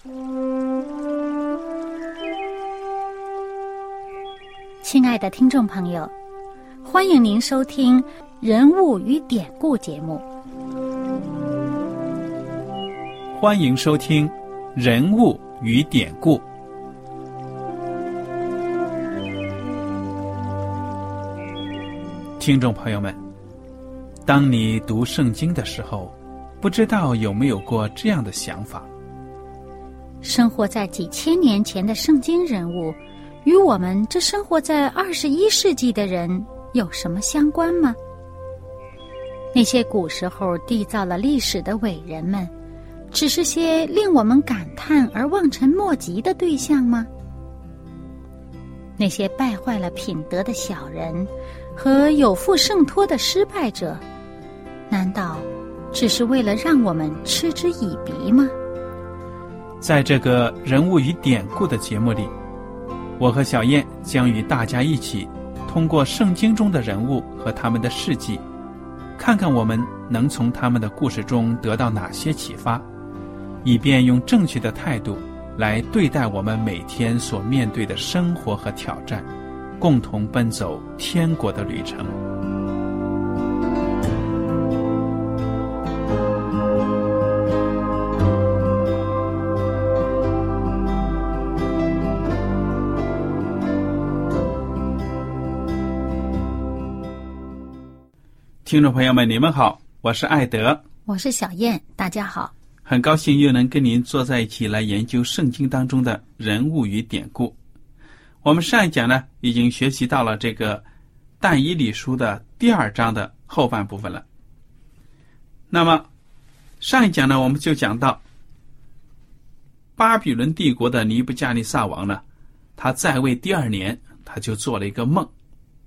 亲爱的听众朋友，欢迎您收听《人物与典故》节目。 欢迎收听《人物与典故》。听众朋友们，当你读圣经的时候，不知道有没有过这样的想法： 生活在几千年前的圣经人物，与我们这生活在21世纪的人有什么相关吗？那些古时候缔造了历史的伟人们，只是些令我们感叹而望尘莫及的对象吗？那些败坏了品德的小人和有负圣托的失败者，难道只是为了让我们嗤之以鼻吗？ 在这个人物与典故的节目里，我和小燕将与大家一起通过圣经中的人物和他们的事迹，看看我们能从他们的故事中得到哪些启发，以便用正确的态度来对待我们每天所面对的生活和挑战，共同奔走天国的旅程。听众朋友们，你们好，我是艾德， 我是小燕，大家好。 很高兴又能跟您坐在一起来研究圣经当中的人物与典故。我们上一讲呢，已经学习到了这个但以理书的第2章的后半部分了。那么上一讲呢，我们就讲到巴比伦帝国的尼布加尼撒王呢，他在位第2年，他就做了一个梦。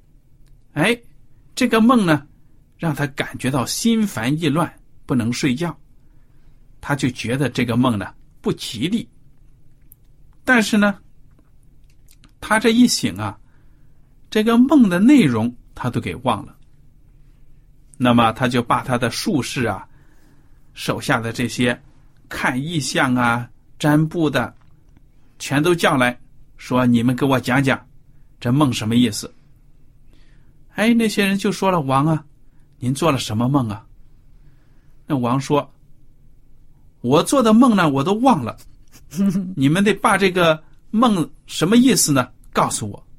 这个梦呢，让他感觉到心烦意乱，不能睡觉。他就觉得这个梦呢不吉利，但是呢，他这一醒啊，这个梦的内容他都给忘了。那么他就把他的术士啊，手下的这些看异象啊、占卜的，全都叫来，说：“你们给我讲讲这梦什么意思？”那些人就说了：“王啊，您做了什么梦啊？”那王说：“我做的梦呢，我都忘了，你们得把这个梦什么意思呢告诉我。”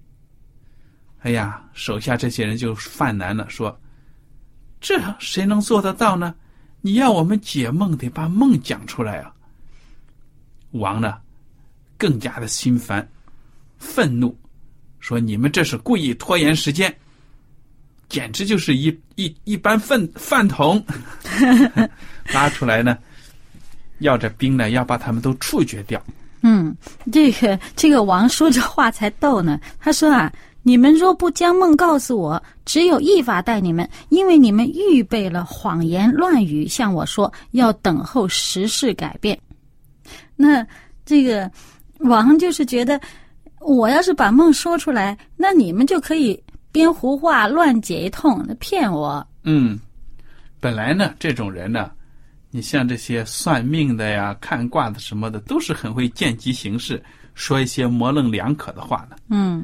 手下这些人就犯难了，说：“这谁能做得到呢？你要我们解梦，得把梦讲出来啊。”王呢更加的心烦愤怒，说：“你们这是故意拖延时间，简直就是一般饭桶。”拉出来呢，要这兵呢，要把他们都处决掉。 这个王说这话才逗呢。他说啊，你们若不将梦告诉我，只有一法待你们，因为你们预备了谎言乱语，向我说要等候时势改变。那这个王就是觉得，我要是把梦说出来，那你们就可以编胡话乱解一通，骗我。 本来呢，这种人呢，你像这些算命的呀、看卦的什么的，都是很会见机行事，说一些模棱两可的话呢。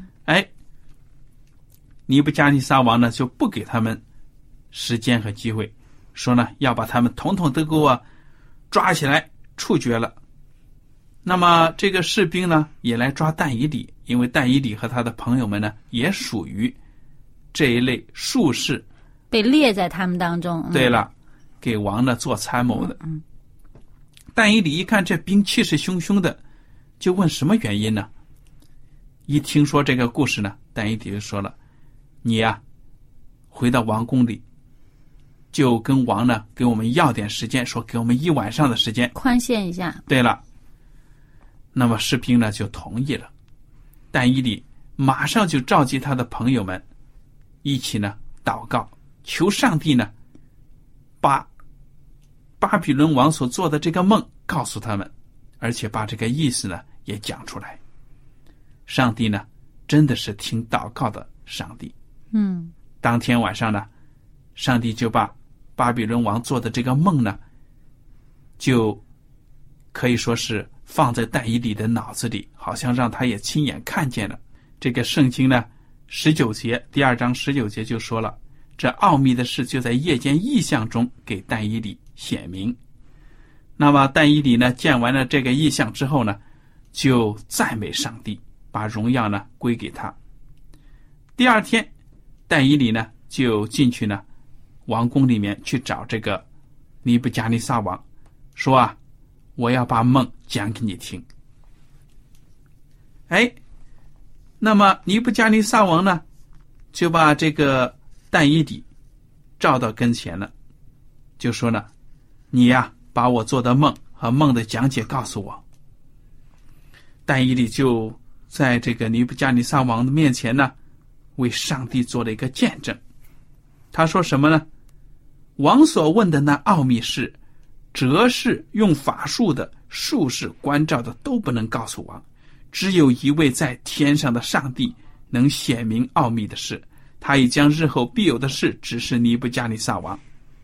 尼布加尼撒王呢就不给他们时间和机会，说呢要把他们统统都给我抓起来处决了。那么这个士兵呢也来抓但以理，因为但以理和他的朋友们呢也属于这一类术士， 被列在他们当中。 对了，给王呢做参谋的。但以理一看这兵气势汹汹的，就问什么原因呢？一听说这个故事呢，但以理就说了：“你呀，回到王宫里，就跟王呢给我们要点时间，说给我们1晚上的时间， 宽限一下。” 对了，那么士兵呢就同意了。但以理马上就召集他的朋友们一起呢祷告，求上帝呢把巴比伦王所做的这个梦告诉他们，而且把这个意思呢也讲出来。上帝呢真的是听祷告的上帝。当天晚上呢，上帝就把巴比伦王做的这个梦呢，就可以说是放在但以理的脑子里，好像让他也亲眼看见了。这个圣经呢19节，第2章19节就说了，这奥秘的事就在夜间异象中给但以理显明。那么但以理呢见完了这个异象之后呢，就赞美上帝，把荣耀呢归给他。第2天，但以理呢就进去呢王宫里面去找这个尼布甲尼撒王，说啊，我要把梦讲给你听。那么尼布甲尼撒王呢就把这个但以理召到跟前了，就说呢，你呀把我做的梦和梦的讲解告诉我。但以理就在这个尼布甲尼撒王的面前呢，为上帝做了一个见证。他说什么呢？王所问的那奥秘事，哲士用法术的、术士关照的都不能告诉王，只有一位在天上的上帝能显明奥秘的事，他已将日后必有的事指示尼布甲尼撒王。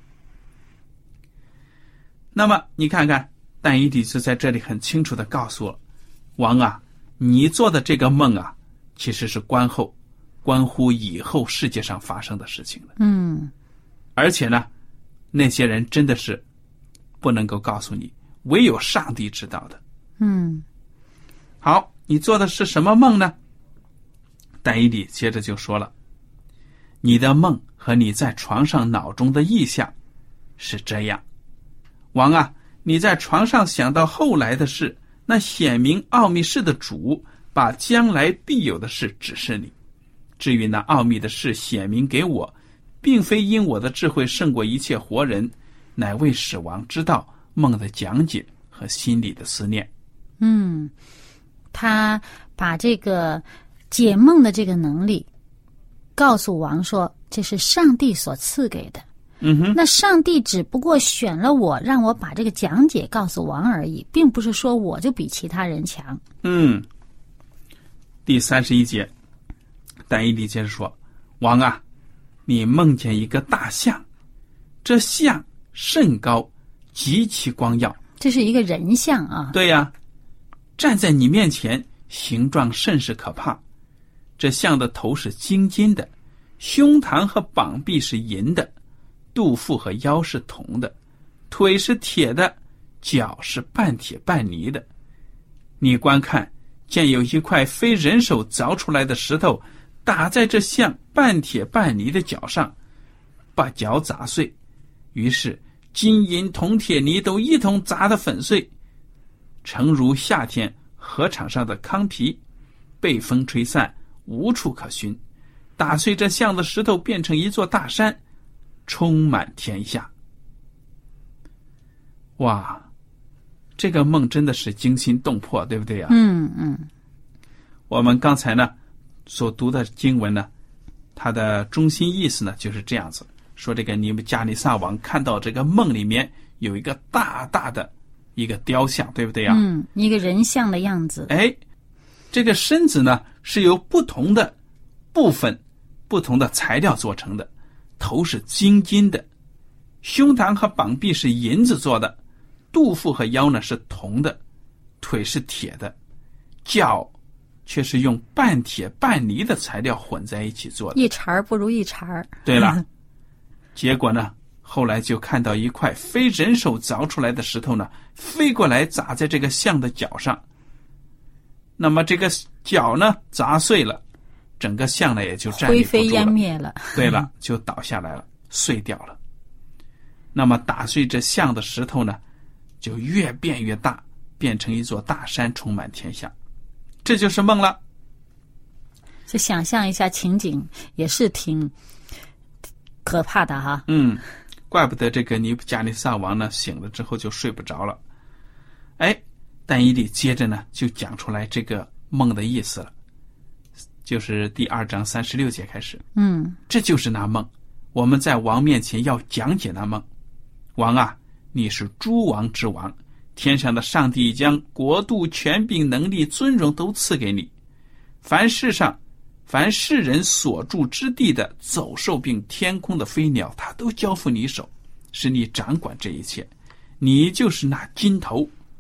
那么你看看，但以理就在这里很清楚地告诉了王啊，你做的这个梦啊，其实是关乎以后世界上发生的事情了。而且呢，那些人真的是不能够告诉你，唯有上帝知道的。好，你做的是什么梦呢？但以理接着就说了，你的梦和你在床上脑中的意象是这样。王啊，你在床上想到后来的事，那显明奥秘事的主把将来必有的事指示你。至于那奥秘的事显明给我，并非因我的智慧胜过一切活人，乃为使王知道梦的讲解和心里的思念。 他把这个解梦的这个能力告诉王说，这是上帝所赐给的。那上帝只不过选了我，让我把这个讲解告诉王而已，并不是说我就比其他人强。 第31节，但以理接着说，王啊，你梦见一个大象，这象甚高，极其光耀。 这是一个人像啊。 对呀，站在你面前，形状甚是可怕。这象的头是金金的，胸膛和膀臂是银的，肚腹和腰是铜的，腿是铁的，脚是半铁半泥的。你观看，见有一块非人手凿出来的石头打在这象半铁半泥的脚上，把脚砸碎，于是金银铜铁泥都一同砸得粉碎，诚如夏天河场上的糠皮，被风吹散，无处可寻。打碎这象的石头变成一座大山，充满天下。哇，这个梦真的是惊心动魄，对不对呀？我们刚才呢所读的经文呢，它的中心意思呢就是这样子说，这个尼布甲尼撒王看到这个梦里面有一个大大的一个雕像，对不对呀？ 一个人像的样子。 这个身子呢是由不同的部分、不同的材料做成的，头是金金的，胸膛和膀臂是银子做的，肚腹和腰呢是铜的，腿是铁的，脚却是用半铁半泥的材料混在一起做的， 一茬不如一茬。 对了，结果呢，后来就看到一块非人手凿出来的石头呢，飞过来砸在这个象的脚上。那么这个脚呢砸碎了，整个象呢也就站立不住了，灰飞烟灭了。对了，就倒下来了，碎掉了。那么打碎这象的石头呢，就越变越大，变成一座大山，充满天下。这就是梦了。 就想象一下情景，也是挺可怕的哈。 怪不得这个尼布甲尼撒王呢醒了之后就睡不着了。但以理接着呢就讲出来这个梦的意思了，就是第2章36节开始。这就是那梦，我们在王面前要讲解那梦。王啊，你是诸王之王，天上的上帝将国度、权柄、能力、尊荣都赐给你。凡世人所住之地的走兽并天空的飞鸟，他都交付你手，使你掌管这一切。你就是那金头。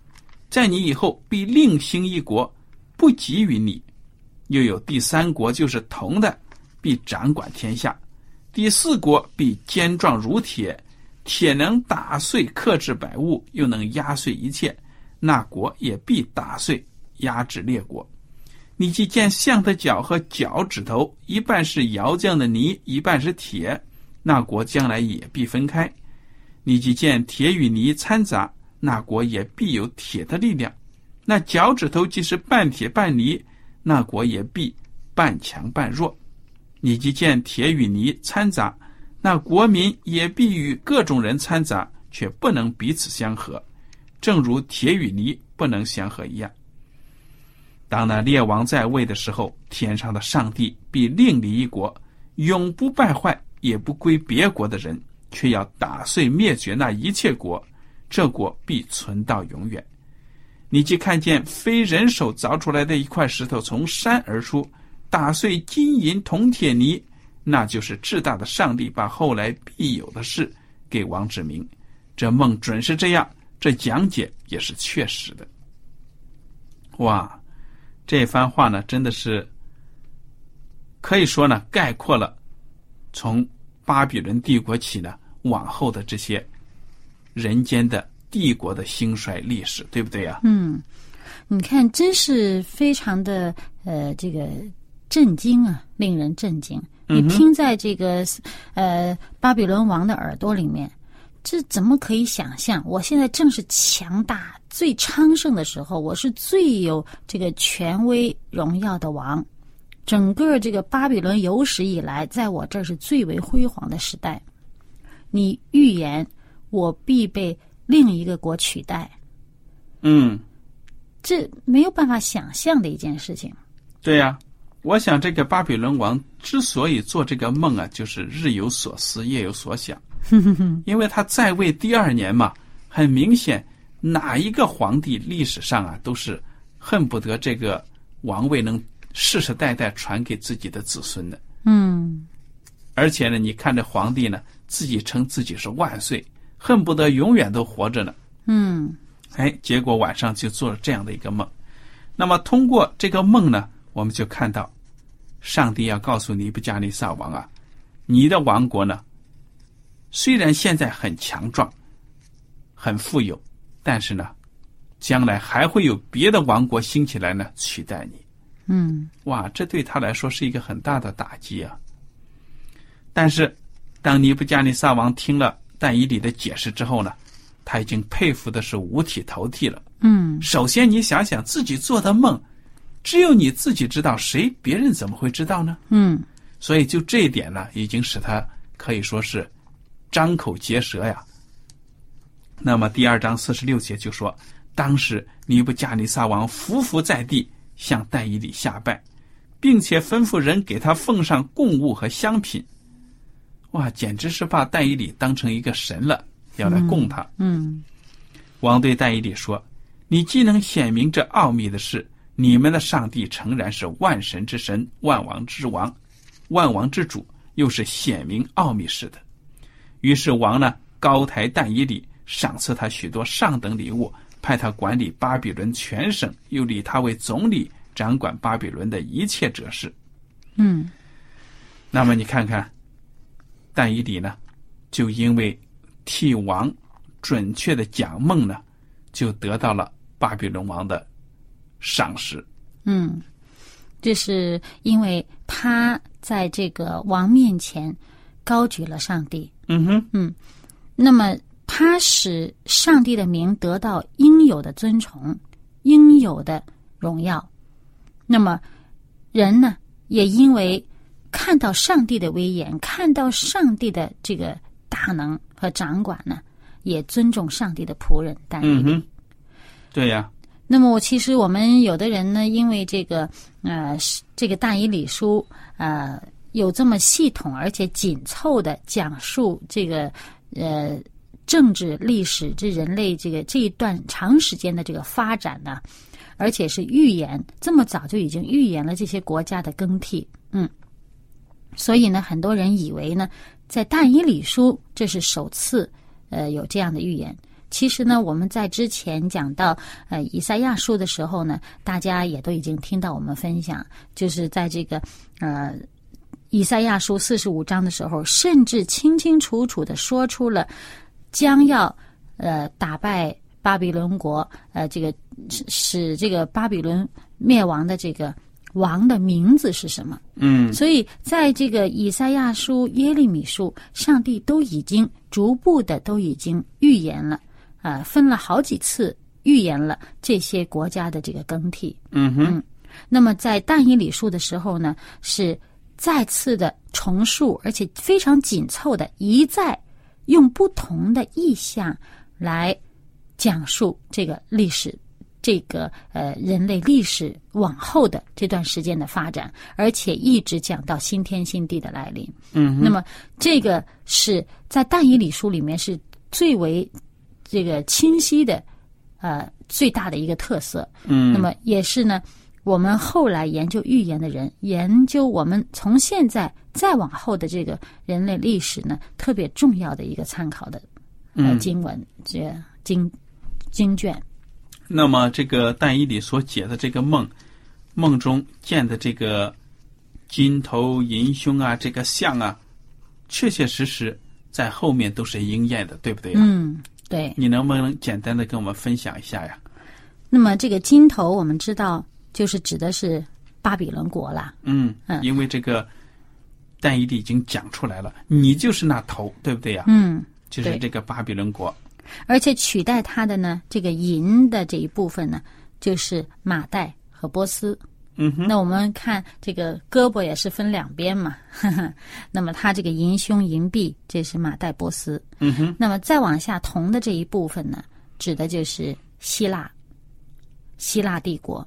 在你以后必另兴一国，不及于你。又有第三国，就是铜的，必掌管天下。第四国必坚壮如铁，铁能打碎克制百物，又能压碎一切，那国也必打碎压制列国。你既见象的脚和脚趾头，一半是窑匠的泥，一半是铁，那国将来也必分开。你既见铁与泥掺杂，那国也必有铁的力量。那脚趾头既是半铁半泥，那国也必半强半弱。你既见铁与泥掺杂，那国民也必与各种人掺杂，却不能彼此相合，正如铁与泥不能相合一样。当那列王在位的时候，天上的上帝必另立一国，永不败坏，也不归别国的人，却要打碎灭绝那一切国，这国必存到永远。你既看见非人手凿出来的一块石头从山而出，打碎金银铜铁泥，那就是至大的上帝把后来必有的事给王指明。这梦准是这样，这讲解也是确实的。哇，这番话呢，真的是可以说呢，概括了从巴比伦帝国起呢往后的这些人间的帝国的兴衰历史，对不对呀？ 你看，真是非常的这个震惊啊，令人震惊。你听在这个巴比伦王的耳朵里面，这怎么可以想象？我现在正是强大、最昌盛的时候，我是最有这个权威荣耀的王。整个这个巴比伦有史以来，在我这儿是最为辉煌的时代。你预言我必被另一个国取代，这没有办法想象的一件事情。 对呀，我想这个巴比伦王之所以做这个梦啊，就是日有所思，夜有所想。因为他在位第2年嘛，很明显，哪一个皇帝历史上啊，都是恨不得这个王位能世世代代传给自己的子孙的。而且呢，你看这皇帝呢，自己称自己是万岁，恨不得永远都活着呢。结果晚上就做了这样的一个梦。那么通过这个梦呢，我们就看到上帝要告诉尼布加尼撒王啊，你的王国呢，虽然现在很强壮很富有，但是呢，将来还会有别的王国兴起来呢，取代你。哇，这对他来说是一个很大的打击啊。但是当尼布加尼撒王听了但以理的解释之后呢，他已经佩服的是五体投地了。首先你想想自己做的梦，只有你自己知道，别人怎么会知道呢？所以就这一点呢，已经使他可以说是张口结舌呀。那么第2章46节就说，当时尼布加尼撒王伏伏在地，向但以理下拜，并且吩咐人给他奉上供物和香品。哇，简直是把但以理当成一个神了，要来供他。王对但以理说，你既能显明这奥秘的事，你们的上帝诚然是万神之神，万王之王，万王之主，又是显明奥秘事的。于是王呢，高抬但以理，赏赐他许多上等礼物，派他管理巴比伦全省，又立他为总理，掌管巴比伦的一切哲事。那么你看看但以理呢，就因为替王准确的讲梦呢，就得到了巴比伦王的赏识。 这是因为他在这个王面前高举了上帝。那么他使上帝的名得到应有的尊崇，应有的荣耀。那么人呢，也因为看到上帝的威严，看到上帝的这个大能和掌管呢，也尊重上帝的仆人但以理。 对呀。 那么其实我们有的人呢，因为这个但以理书有这么系统而且紧凑的讲述这个政治历史，这人类这一段长时间的这个发展呢，而且是预言，这么早就已经预言了这些国家的更替。所以呢，很多人以为呢，在但以理书这是首次有这样的预言。 其实呢，我们在之前讲到以赛亚书的时候呢，大家也都已经听到我们分享，就是在这个以赛亚书45章的时候，甚至清清楚楚的说出了将要打败巴比伦国，这个使这个巴比伦灭亡的这个王的名字是什么。所以在这个以赛亚书、耶利米书，上帝都已经逐步的都已经预言了，分了好几次预言了这些国家的这个更替。那么在但以理书的时候呢，是再次的重述，而且非常紧凑的一再用不同的意象来讲述这个历史，这个人类历史往后的这段时间的发展，而且一直讲到新天新地的来临。那么这个是在但以理书里面是最为这个清晰的最大的一个特色。那么也是呢，我们后来研究预言的人，研究我们从现在再往后的这个人类历史呢，特别重要的一个参考的经文，这经卷。 那么这个但以理所解的这个梦中见的这个金头银胸啊，这个像啊，确确实实在后面都是应验的，对不对呀？ 对。 你能不能简单的跟我们分享一下呀？ 那么这个金头我们知道就是指的是巴比伦国了。 因为这个但以理已经讲出来了，你就是那头，对不对呀？就是这个巴比伦国。 而且取代它的呢，这个银的这一部分呢，就是马代和波斯。那我们看这个胳膊也是分两边嘛，那么它这个银胸银臂，这是马代波斯。那么再往下铜的这一部分呢，指的就是希腊帝国。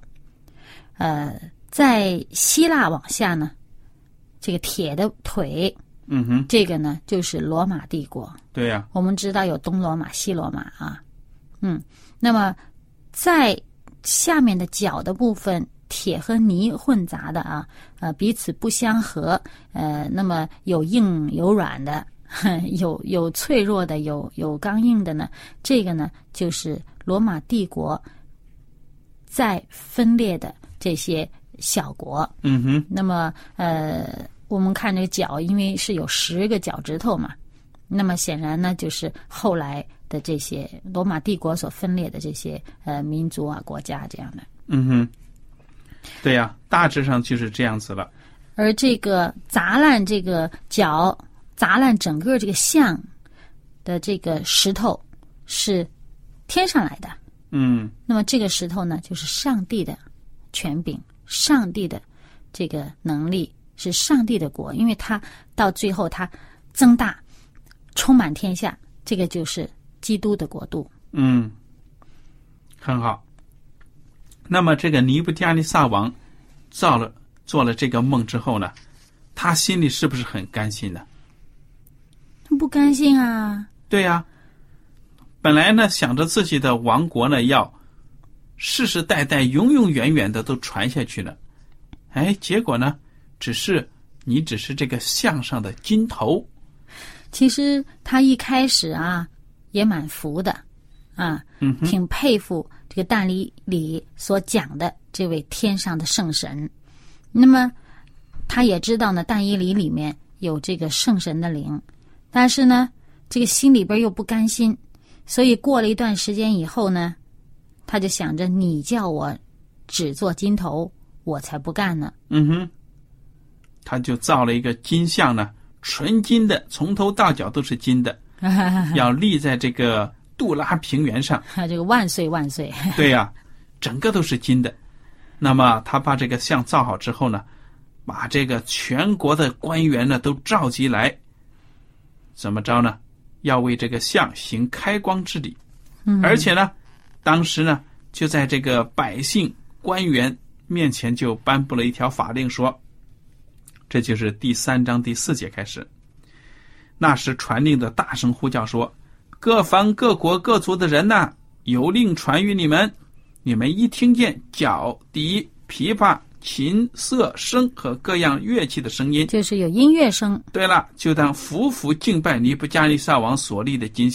在希腊往下呢，这个铁的腿，这个呢就是罗马帝国。 对呀， 我们知道有东罗马、西罗马啊。那么在下面的脚的部分，铁和泥混杂的啊，彼此不相合，那么有硬有软的，有脆弱的，有刚硬的呢。这个呢就是罗马帝国在分裂的这些小国。那么我们看这个脚，因为是有10个脚趾头嘛，那么显然呢就是后来的这些罗马帝国所分裂的这些民族啊、国家这样的。 对呀，大致上就是这样子了。 而这个砸烂这个脚，砸烂整个这个像的这个石头是天上来的。那么这个石头呢，就是上帝的权柄，上帝的这个能力，是上帝的国，因为它到最后它增大，充满天下，这个就是基督的国度。 很好。那么这个尼布加尼撒王做了这个梦之后呢，他心里是不是很甘心呢？ 不甘心啊。 对呀，本来呢想着自己的王国呢要世世代代永永远远的都传下去了，结果呢只是这个像上的金头。 其实他一开始啊也蛮服的啊，挺佩服这个但以理所讲的这位天上的圣神。那么他也知道呢，但以理里面有这个圣神的灵，但是呢这个心里边又不甘心，所以过了一段时间以后呢，他就想着你叫我只做金头，我才不干呢。 他就造了一个金像呢，纯金的，从头到脚都是金的，要立在这个杜拉平原上。 这个万岁万岁。 对呀，整个都是金的。那么他把这个像造好之后呢，把这个全国的官员呢都召集来，怎么着呢？要为这个像行开光之礼。而且呢，当时呢就在这个百姓官员面前就颁布了一条法令，说，这就是第3章第4节开始。那时传令的大声呼叫说，各方各国各族的人呐，有令传于你们，你们一听见角、笛、琵琶、琴、瑟、笙和各样乐器的声音， 就是有音乐声。 对了，就当服服敬拜尼布加尼撒王所立的金像，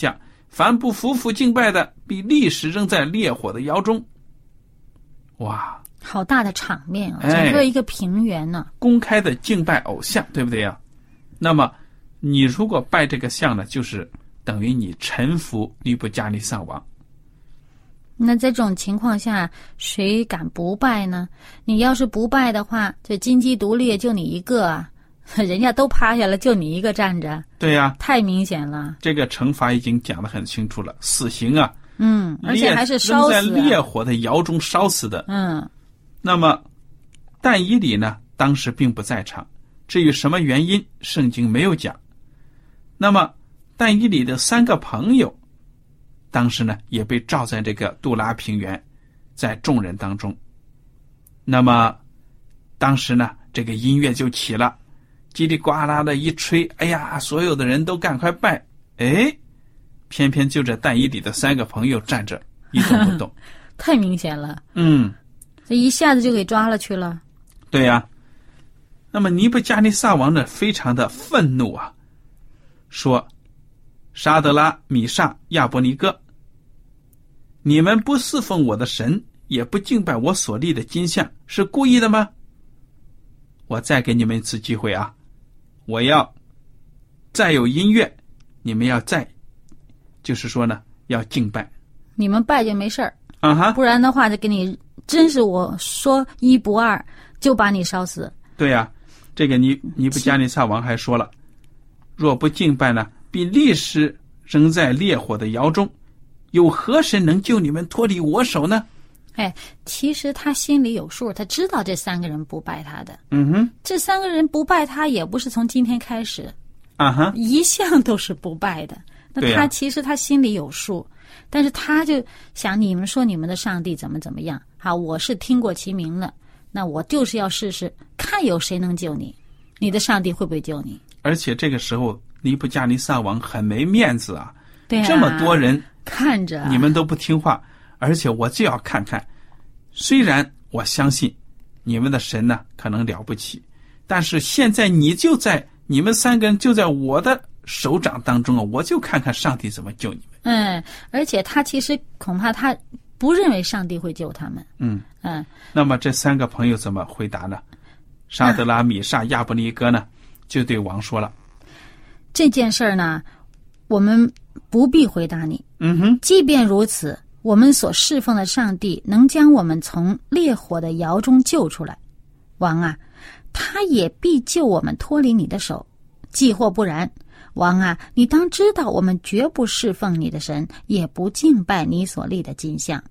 凡不服服敬拜的，必立时扔在烈火的窑中。哇， 好大的场面啊！整个一个平原呢， 公开的敬拜偶像，对不对呀？那么你如果拜这个像呢，就是等于你臣服尼布加尼撒王。 那在这种情况下，谁敢不拜呢？你要是不拜的话，这金鸡独立就你一个啊，人家都趴下了，就你一个站着。 对呀， 太明显了。 这个惩罚已经讲得很清楚了，死刑啊。 而且还是烧死， 扔在烈火的窑中烧死的。那么但以理呢，当时并不在场，至于什么原因，圣经没有讲。那么但以理的3个朋友，当时呢也被召在这个杜拉平原，在众人当中。那么当时呢，这个音乐就起了，叽里呱啦的一吹，哎呀，所有的人都赶快拜。偏偏就这但以理的3个朋友站着一动不动。 太明显了。这一下子就给抓了去了。 对呀。那么尼布加尼撒王呢，非常的愤怒啊，说：沙德拉、米煞、亚伯尼哥，你们不侍奉我的神，也不敬拜我所立的金像，是故意的吗？我再给你们一次机会啊，我要再有音乐，你们要再就是说呢，要敬拜。 你们拜就没事儿，不然的话就给你，真是我说1不2，就把你烧死。 对呀，这个尼布加尼撒王还说了，若不敬拜呢，必立时扔在烈火的窑中，有何神能救你们脱离我手呢？ 其实他心里有数，他知道这3个人不拜他的。这3个人不拜他也不是从今天开始，一向都是不拜的。那他其实他心里有数，但是他就想，你们说你们的上帝怎么样，好，我是听过其名了，那我就是要试试，看有谁能救你，你的上帝会不会救你。 而且这个时候尼布加尼撒王很没面子啊， 对啊， 这么多人看着你们都不听话，而且我就要看看，虽然我相信你们的神呢可能了不起，但是现在你们3个人就在我的手掌当中啊，我就看看上帝怎么救你们。 而且他其实恐怕他不认为上帝会救他们。 那么这3个朋友怎么回答呢？沙德拉、米煞、亚伯尼哥呢，就对王说了， 这件事儿呢，我们不必回答你。即便如此，我们所侍奉的上帝能将我们从烈火的窑中救出来。王啊，他也必救我们脱离你的手。既或不然，王啊，你当知道，我们绝不侍奉你的神，也不敬拜你所立的金像。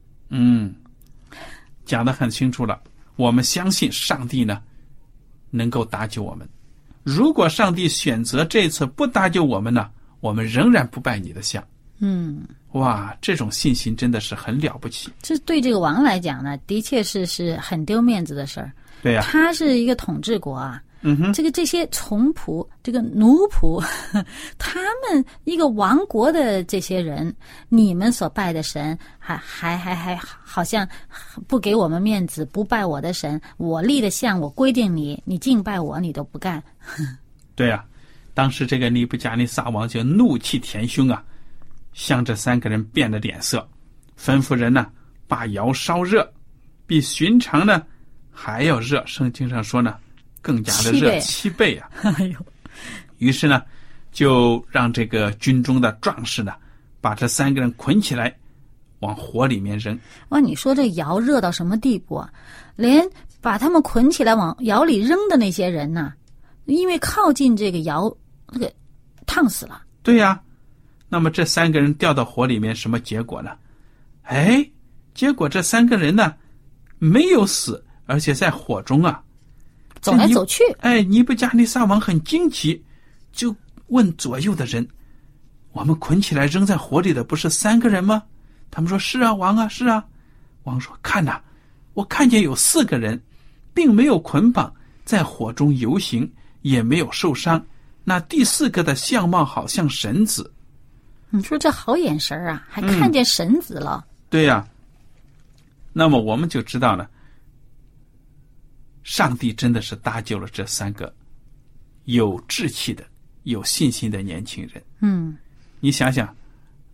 讲得很清楚了，我们相信上帝呢能够搭救我们。如果上帝选择这次不搭救我们呢，我们仍然不拜你的像。哇，这种信心真的是很了不起。 这对这个王来讲呢，的确是很丢面子的事儿。 对呀， 他是一个统治国啊。这些从仆，这个奴仆，他们一个王国的这些人，你们所拜的神，还好像不给我们面子，不拜我的神，我立的像，我规定你敬拜我，你都不干。 对啊，当时这个尼布加尼撒王就怒气填胸啊，向这3个人变了脸色，吩咐人呢把窑烧热，比寻常呢还要热。圣经上说呢，更加的热7倍啊！于是呢，就让这个军中的壮士呢，把这3个人捆起来，往火里面扔。 哇，你说这窑热到什么地步啊？连把他们捆起来往窑里扔的那些人呢，因为靠近这个窑，那个烫死了。 对呀，那么这3个人掉到火里面，什么结果呢？结果这3个人呢，没有死，而且在火中啊走来走去。 尼布加尼撒王很惊奇，就问左右的人，我们捆起来扔在火里的不是3个人吗？他们说是啊，王啊，是啊。王说，看哪，我看见有4个人并没有捆绑，在火中游行，也没有受伤，那第4个的相貌好像神子。 你说这好眼神啊，还看见神子了。 对呀，那么我们就知道了，上帝真的是搭救了这3个有志气的、有信心的年轻人。 嗯， 你想想，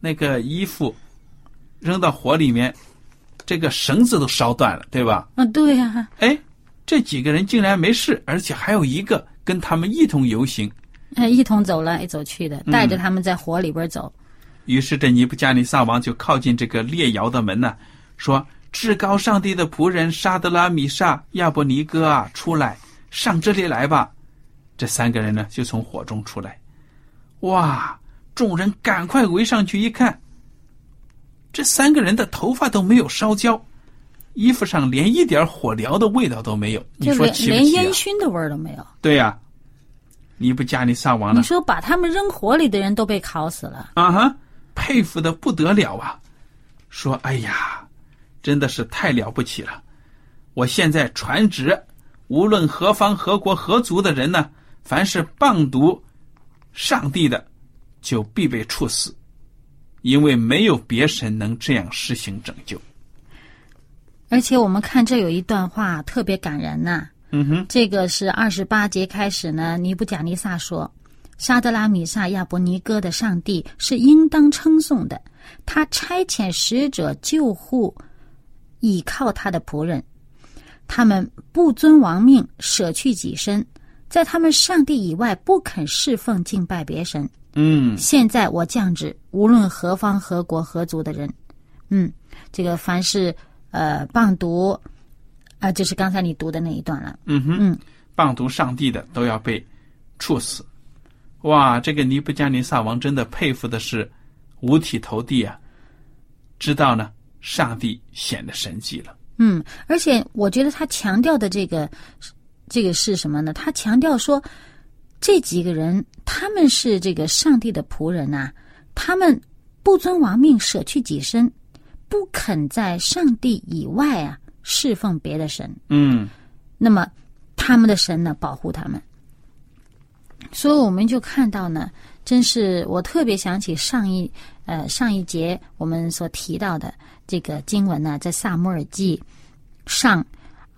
那个衣服扔到火里面，这个绳子都烧断了，对吧？ 对呀。 这几个人竟然没事，而且还有一个跟他们一同游行， 一同走来走去的，带着他们在火里边走。 于是这尼布加尼撒王就靠近这个列窑的门呢，说：至高上帝的仆人沙德拉、米煞、亚伯尼哥啊，出来，上这里来吧。这3个人呢就从火中出来。哇，众人赶快围上去一看，这3个人的头发都没有烧焦，衣服上连一点火燎的味道都没有。你说奇不奇啊？ 连烟熏的味儿都没有。 对呀，尼布加尼撒王呢？ 你说把他们扔火里的人都被烤死了。 佩服的不得了啊！说：哎呀，真的是太了不起了！我现在传旨，无论何方何国何族的人呢，凡是谤读上帝的，就必被处死，因为没有别神能这样施行拯救。 而且我们看这有一段话特别感人呐。这个是28节开始呢，尼布甲尼撒说：沙德拉、米煞、亚伯尼哥的上帝是应当称颂的，他差遣使者救护倚靠他的仆人，他们不遵王命，舍去己身，在他们上帝以外不肯侍奉敬拜别神。现在我降旨，无论何方何国何族的人，这个凡是谤读就是刚才你读的那一段了。 谤读上帝的都要被处死。哇，这个尼布加尼撒王真的佩服的是五体投地啊！知道呢，上帝显得神迹了。 而且我觉得他强调的这个是什么呢？他强调说，这几个人他们是这个上帝的仆人啊，他们不遵王命，舍去己身，不肯在上帝以外啊侍奉别的神。那么他们的神呢保护他们。所以我们就看到呢，真是我特别想起上一节我们所提到的这个经文呢，在撒母耳记上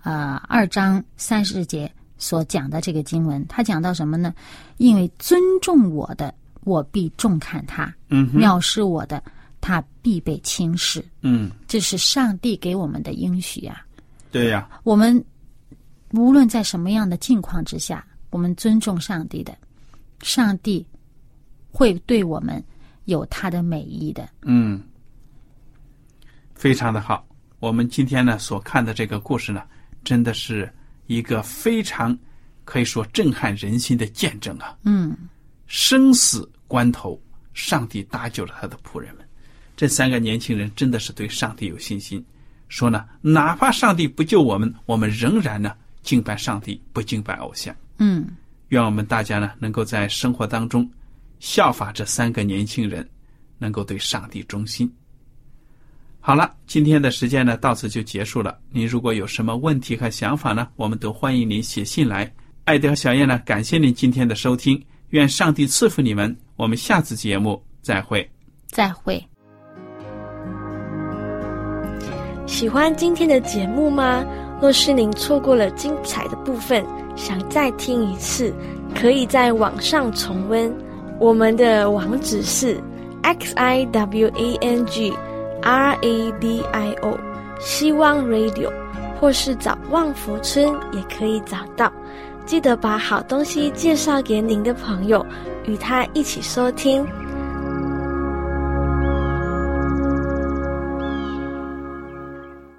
2章30节所讲的这个经文，他讲到什么呢？因为尊重我的，我必重看他；藐视我的，他必被轻视。这是上帝给我们的应许啊。 对呀， 我们无论在什么样的境况之下，我们尊重上帝的，上帝会对我们有他的美意的。 非常的好。我们今天呢所看的这个故事呢，真的是一个非常可以说震撼人心的见证啊。生死关头，上帝搭救了他的仆人们。这3个年轻人真的是对上帝有信心，说呢，哪怕上帝不救我们，我们仍然呢敬拜上帝，不敬拜偶像。愿我们大家呢能够在生活当中效法这3个年轻人，能够对上帝忠心。好了，今天的时间呢到此就结束了。您如果有什么问题和想法呢，我们都欢迎您写信来。艾德和小燕呢感谢您今天的收听，愿上帝赐福你们。我们下次节目再会。 再会。 喜欢今天的节目吗？若是您错过了精彩的部分，想再听一次，可以在网上重温。我们的网址是 xiwangradio 希望 radio， 或是找旺福村也可以找到。记得把好东西介绍给您的朋友，与他一起收听。